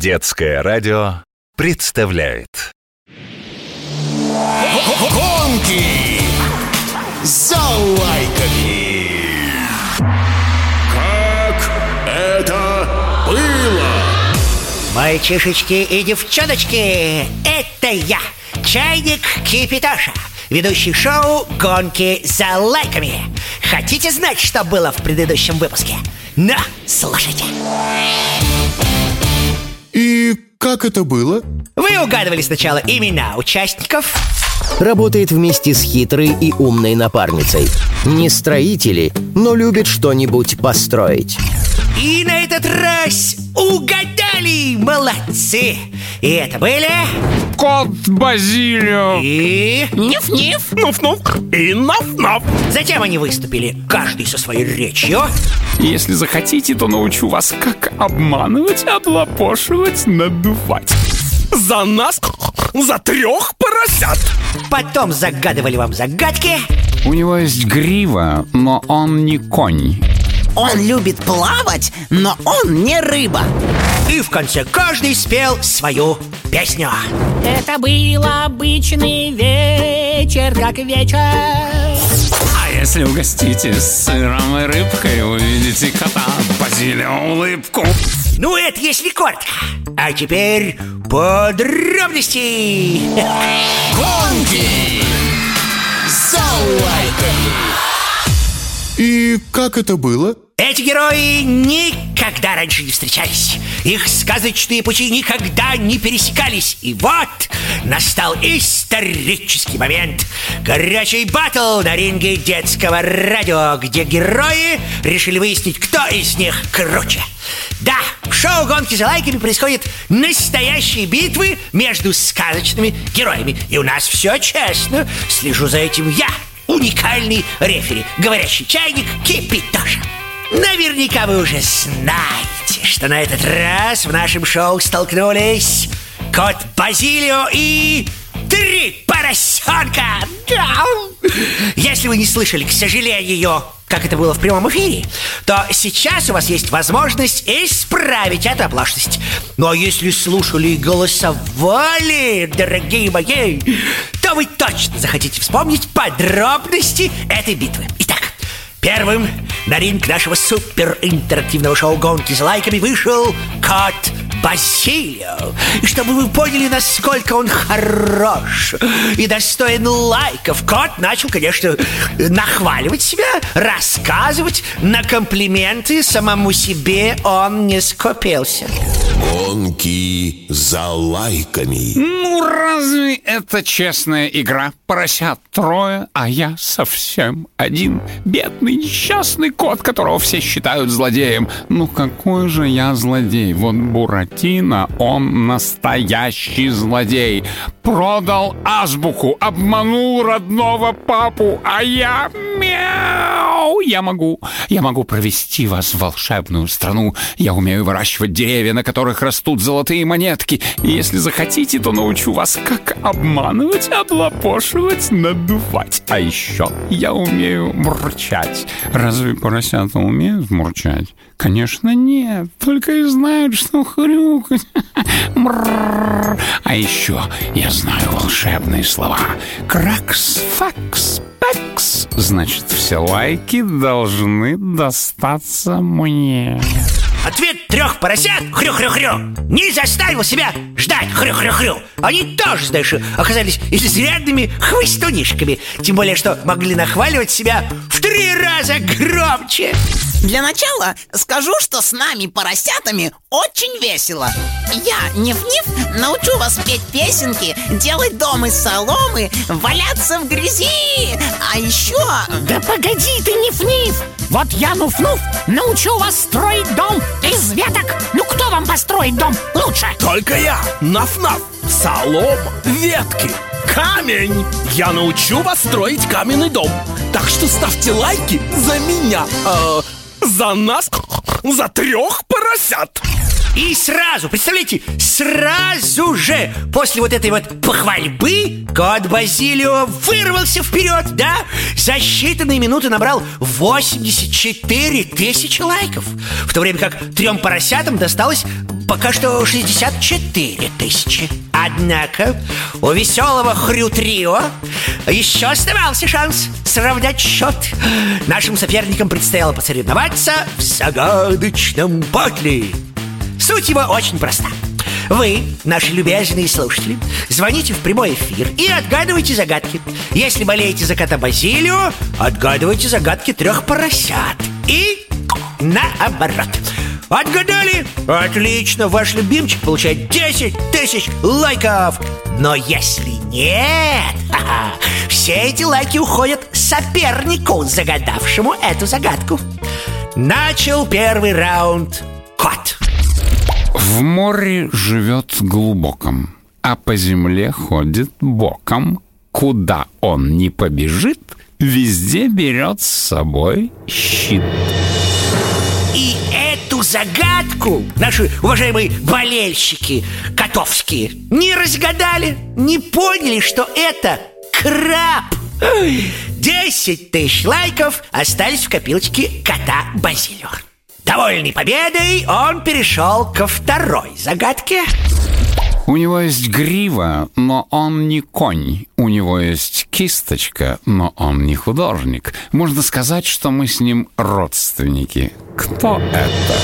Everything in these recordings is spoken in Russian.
Детское радио представляет Гонки за лайками. Как это было? Мальчишечки и девчоночки, это я, Чайник Кипитоша, ведущий шоу «Гонки за лайками». Хотите знать, что было в предыдущем выпуске? Ну, слушайте. И как это было? Вы угадывали сначала имена участников. Работает вместе с хитрой и умной напарницей. Не строители, но любит что-нибудь построить. И на этот раз угадали! Молодцы! И это были... Кот Базилио И... Ниф-ниф. Нуф-нуф и наф-наф. Затем они выступили, каждый со своей речью. Если захотите, то научу вас, как обманывать, облапошивать, надувать. За нас, за 3 поросят. Потом загадывали вам загадки. У него есть грива, но он не конь. Он любит плавать, но он не рыба. И в конце каждый спел свою песню. Это был обычный вечер, как вечер. А если угостите сыром и рыбкой, увидите кота Базилио улыбку. Ну, это если коротко. А теперь подробности. Гонки за лайками. И как это было? Эти герои никогда раньше не встречались. Их сказочные пути никогда не пересекались. И вот настал исторический момент. Горячий баттл на ринге детского радио, где герои решили выяснить, кто из них круче. Да, в шоу «Гонки за лайками» происходят настоящие битвы между сказочными героями. И у нас все честно. Слежу за этим я, уникальный рефери, говорящий чайник Кипитоша. Наверняка вы уже знаете, что на этот раз в нашем шоу столкнулись кот Базилио и 3 поросенка. Если вы не слышали, к сожалению, как это было в прямом эфире, то сейчас у вас есть возможность исправить эту оплошность. Ну а если слушали и голосовали, дорогие мои, то вы точно захотите вспомнить подробности этой битвы. Итак, первым на ринг нашего суперинтерактивного шоу «Гонки за лайками» вышел кот Базилио. И чтобы вы поняли, насколько он хорош и достоин лайков, кот начал, конечно, нахваливать себя, рассказывать, на комплименты самому себе он не скупился. Гонки за лайками. Ну, разве это честная игра? Поросят 3, а я совсем один. Бедный, несчастный кот, которого все считают злодеем. Ну, какой же я злодей? Вот Буратино, он настоящий злодей. Продал азбуку, обманул родного папу, а я... Мяу! Я могу провести вас в волшебную страну. Я умею выращивать деревья, на которых растут золотые монетки. И если захотите, то научу вас, как обманывать, облапошивать, надувать. А еще я умею мурчать. Разве поросята умеют мурчать? Конечно, нет. Только и знают, что хрюкать. А еще я знаю волшебные слова. Кракс, факс, пекс. Значит, все лайки должны достаться мне. Ответ 3 поросят хрю-хрю-хрю не заставил себя ждать хрю-хрю-хрю. Они тоже, знаешь, оказались изрядными хвостунишками. Тем более, что могли нахваливать себя в 3 раза громче. Для начала скажу, что с нами, поросятами, очень весело. Я, Ниф-Ниф, научу вас петь песенки, делать дом из соломы, валяться в грязи. А еще... Да погоди ты, Ниф-Ниф! Вот я, Нуф-Нуф, научу вас строить дом из веток. Ну кто вам построит дом лучше? Только я, Наф-Наф. Солома, ветки, камень. Я научу вас строить каменный дом. Так что ставьте лайки за меня, за нас, за 3 поросят. И сразу, представляете, сразу же после вот этой вот похвальбы кот Базилио вырвался вперед, да? За считанные минуты набрал 84 тысячи лайков. В то время как 3 поросятам досталось пока что 64 тысячи. Однако у веселого Хрю-трио еще оставался шанс сравнять счет. Нашим соперникам предстояло посоревноваться в загадочном батле. Суть его очень проста. Вы, наши любезные слушатели, звоните в прямой эфир и отгадывайте загадки. Если болеете за кота Базилио, отгадывайте загадки 3 поросят. И наоборот. Отгадали? Отлично, ваш любимчик получает 10 тысяч лайков. Но если нет, все эти лайки уходят сопернику, загадавшему эту загадку. Начал первый раунд кот. В море живет глубоком, а по земле ходит боком. Куда он не побежит, везде берет с собой щит. И эту загадку наши уважаемые болельщики котовские не разгадали, не поняли, что это краб. 10 тысяч лайков остались в копилочке кота Базилио. Довольный победой, он перешел ко второй загадке. У него есть грива, но он не конь. У него есть кисточка, но он не художник. Можно сказать, что мы с ним родственники. Кто это?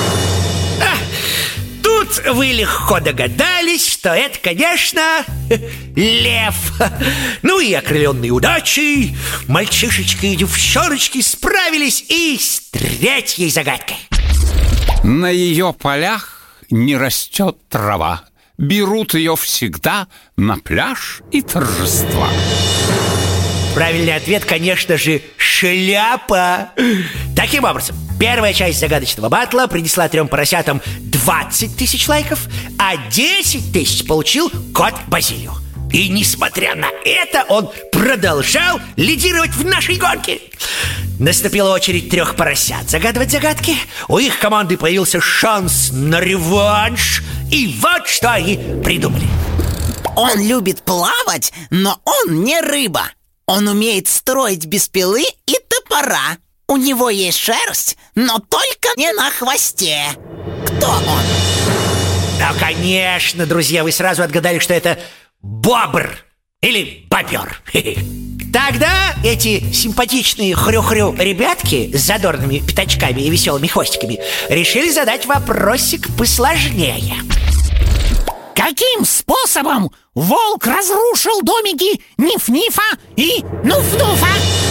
Тут вы легко догадались, что это, конечно, лев. Ну и окрыленные удачей мальчишечки и девчоночки справились и с третьей загадкой. На ее полях не растет трава. Берут ее всегда на пляж и торжества. Правильный ответ, конечно же, шляпа. Таким образом, первая часть загадочного батла принесла 3 поросятам 20 тысяч лайков, а 10 тысяч получил кот Базилио. И несмотря на это, он продолжал лидировать в нашей гонке. Наступила очередь 3 поросят загадывать загадки. У их команды появился шанс на реванш. И вот что они придумали. Он любит плавать, но он не рыба. Он умеет строить без пилы и топора. У него есть шерсть, но только не на хвосте. Кто он? Да, конечно, друзья, вы сразу отгадали, что это бобр или бобер. Тогда эти симпатичные хрю-хрю ребятки с задорными пятачками и веселыми хвостиками решили задать вопросик посложнее. Каким способом волк разрушил домики Ниф-Нифа и Нуф-Нуфа?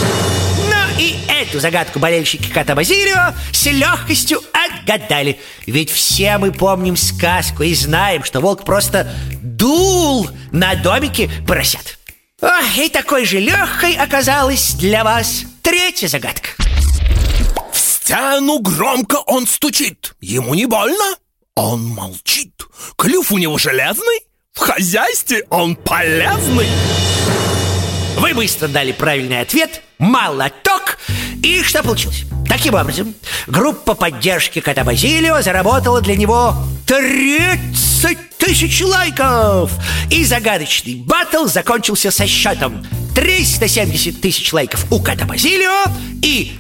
Ну и эту загадку болельщики кота Базилио с легкостью отгадали. Ведь все мы помним сказку и знаем, что волк просто дул на домики поросят. Ох, и такой же легкой оказалась для вас третья загадка. В стену громко он стучит. Ему не больно? Он молчит. Клюв у него железный. В хозяйстве он полезный. Вы быстро дали правильный ответ. Молоток. И что получилось? Таким образом, группа поддержки кота Базилио заработала для него 30 тысяч лайков. И загадочный баттл закончился со счетом 370 тысяч лайков у кота Базилио и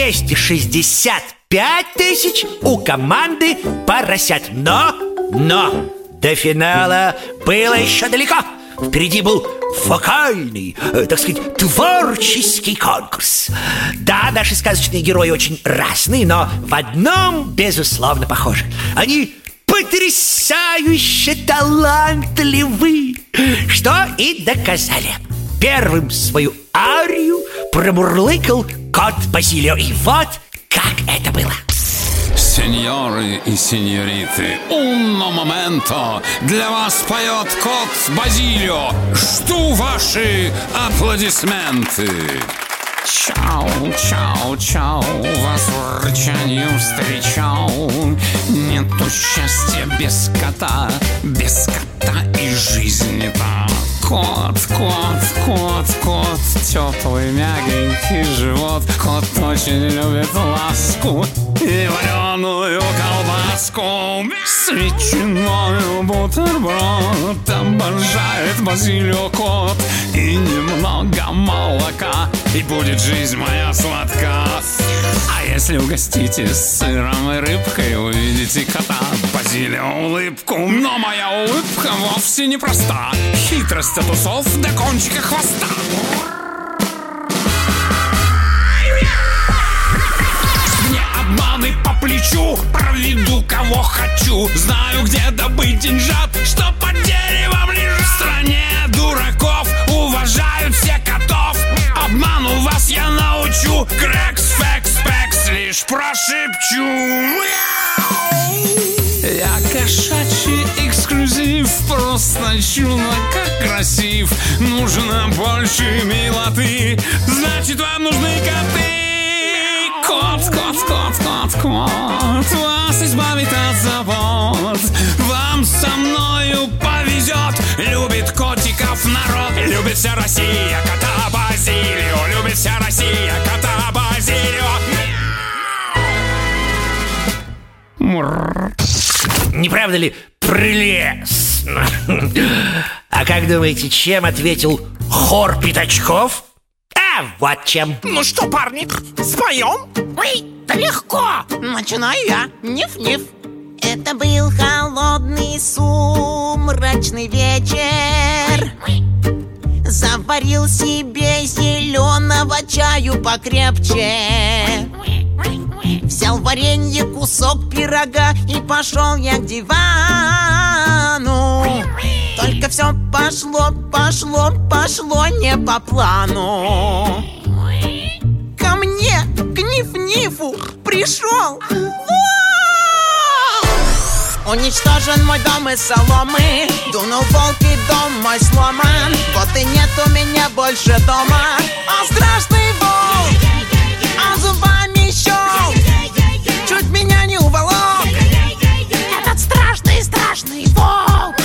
265 тысяч у команды поросят. Но до финала было еще далеко. Впереди был вокальный, так сказать, творческий конкурс. Да, наши сказочные герои очень разные, но в одном, безусловно, похожи. Они потрясающе талантливы, что и доказали. Первым свою арию промурлыкал кот Базилио. И вот как это было. Сеньоры и сеньориты, унно моменто, для вас поет кот Базилио. Жду ваши аплодисменты. Чау, чау, чау, вас в рычании встречал. Нету счастья без кота и жизнь не та. Кот, кот, кот, кот, теплый мягенький живот. Кот очень любит ласку и вареную колбаску. С ветчиною бутерброд обожает Базилио кот. И немного молока, и будет жизнь моя сладка. А если угостите с сыром и рыбкой, увидите кота Базилио улыбку. Но моя улыбка вовсе не проста. Хитрость от усов до кончика хвоста. Мне обманы по плечу, проведу кого хочу. Знаю, где добыть деньжат, что под деревом лежат. В стране дураков уважают все котов. Обману вас я научу. Крекс, фекс, пекс, лишь прошепчу. Я кошачий эксклюзив, просто чудо как красив. Нужно больше милоты, значит вам нужны коты. Кот, кот, кот, кот, кот, вас избавит от забот. Вам со мною повезет, любит котиков народ. Любит вся Россия кота Базилио, любит вся Россия кота Базилио. Не правда ли прелестно? А как думаете, чем ответил хор пятачков? А вот чем. Ну что, парни, споем? Ой, да легко. Начинаю я. Ниф-ниф. Это был холодный сумрачный вечер. Заварил себе зеленого чаю покрепче. Взял варенье, кусок пирога и пошел я к дивану. Только все пошло не по плану. Ко мне, к Ниф-Нифу пришел. Уничтожен мой дом из соломы, дунул волк и дом мой сломан. Вот и нет у меня больше дома. А страшный волк, а зубами щел, чуть меня не уволок. Этот страшный волк.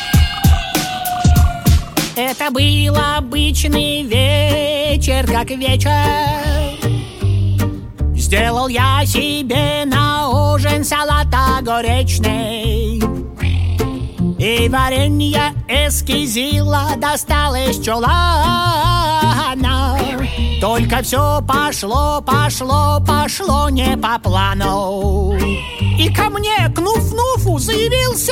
Это был обычный вечер, как вечер. Сделал я себе на ужин салат огуречный. И варенье эскизила достал из чулана. Только все пошло не по плану. И ко мне, к Нуф-Нуфу, заявился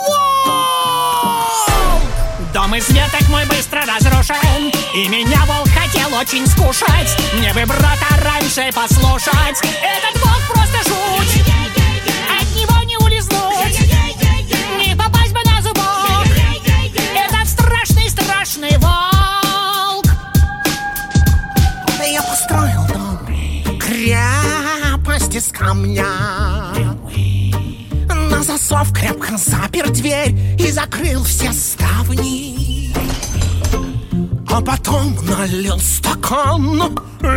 волк! Дом из веток мой быстро разрушен, и меня волк хотел очень скушать. Мне бы брата раньше послушать. Этот волк просто жуть, от него не улизнуть, не попасть бы на зубок. Этот страшный волк. Я построил дом, крепость из камня. На засов крепко запер дверь и закрыл все ставни. А потом налил стакан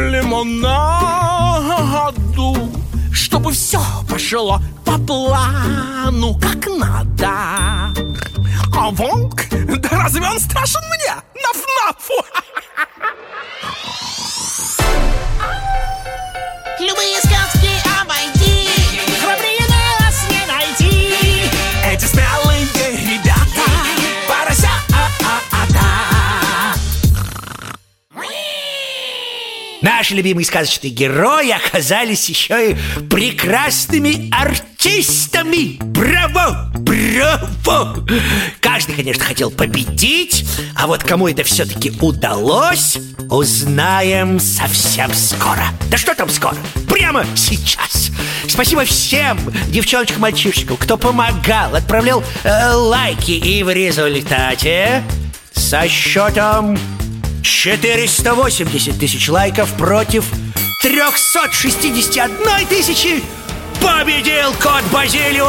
лимонаду, чтобы все пошло по плану, как надо. А волк, да разве он страшен мне? Наф-нафу! Любые сказки обойди, Храбрее нас не найти. Эти смелые ребята, поросята. Наши любимые сказочные герои оказались еще и прекрасными артистами. Браво! Браво! Каждый, конечно, хотел победить, а вот кому это все-таки удалось, узнаем совсем скоро. Да что там скоро? Прямо сейчас. Спасибо всем девчоночкам-мальчишечкам, кто помогал, отправлял лайки. И в результате со счетом 480 тысяч лайков против 361 тысячи победил кот Базилио!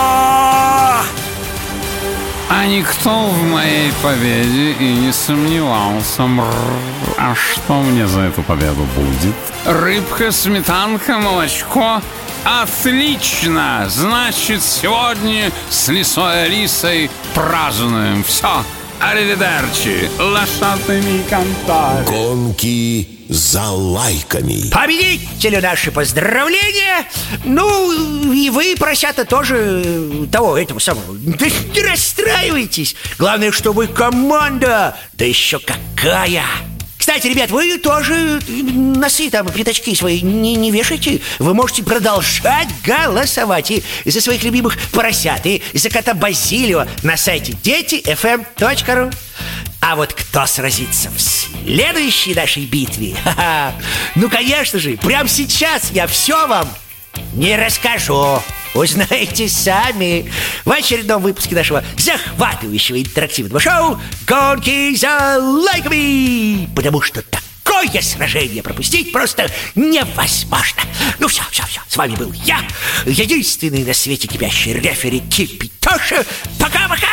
А никто в моей победе и не сомневался. А что мне за эту победу будет? Рыбка, сметанка, молочко. Отлично! Значит, сегодня с Лисой Алисой празднуем. Все. Аривидерчи, lasciatemi cantare. Гонки за лайками. Победителю наши поздравления. Ну, и вы, поросята, тоже этого самого. Да не расстраивайтесь. Главное, что вы команда. Да еще какая. Кстати, ребят, вы тоже носы там, пятачки свои не вешайте. Вы можете продолжать голосовать и за своих любимых поросят, и за кота Базилио на сайте дети.fm.ru. А вот кто сразится в следующей нашей битве? Ха-ха. Ну, конечно же, прямо сейчас я все вам не расскажу. Узнаете сами в очередном выпуске нашего захватывающего интерактивного шоу «Гонки за лайками». Потому что такое сражение пропустить просто невозможно. Ну все, с вами был я, единственный на свете кипящий рефери Кипитоша. Пока-пока!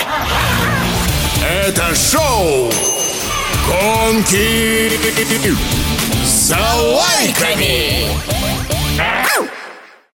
Это шоу «Гонки за лайками».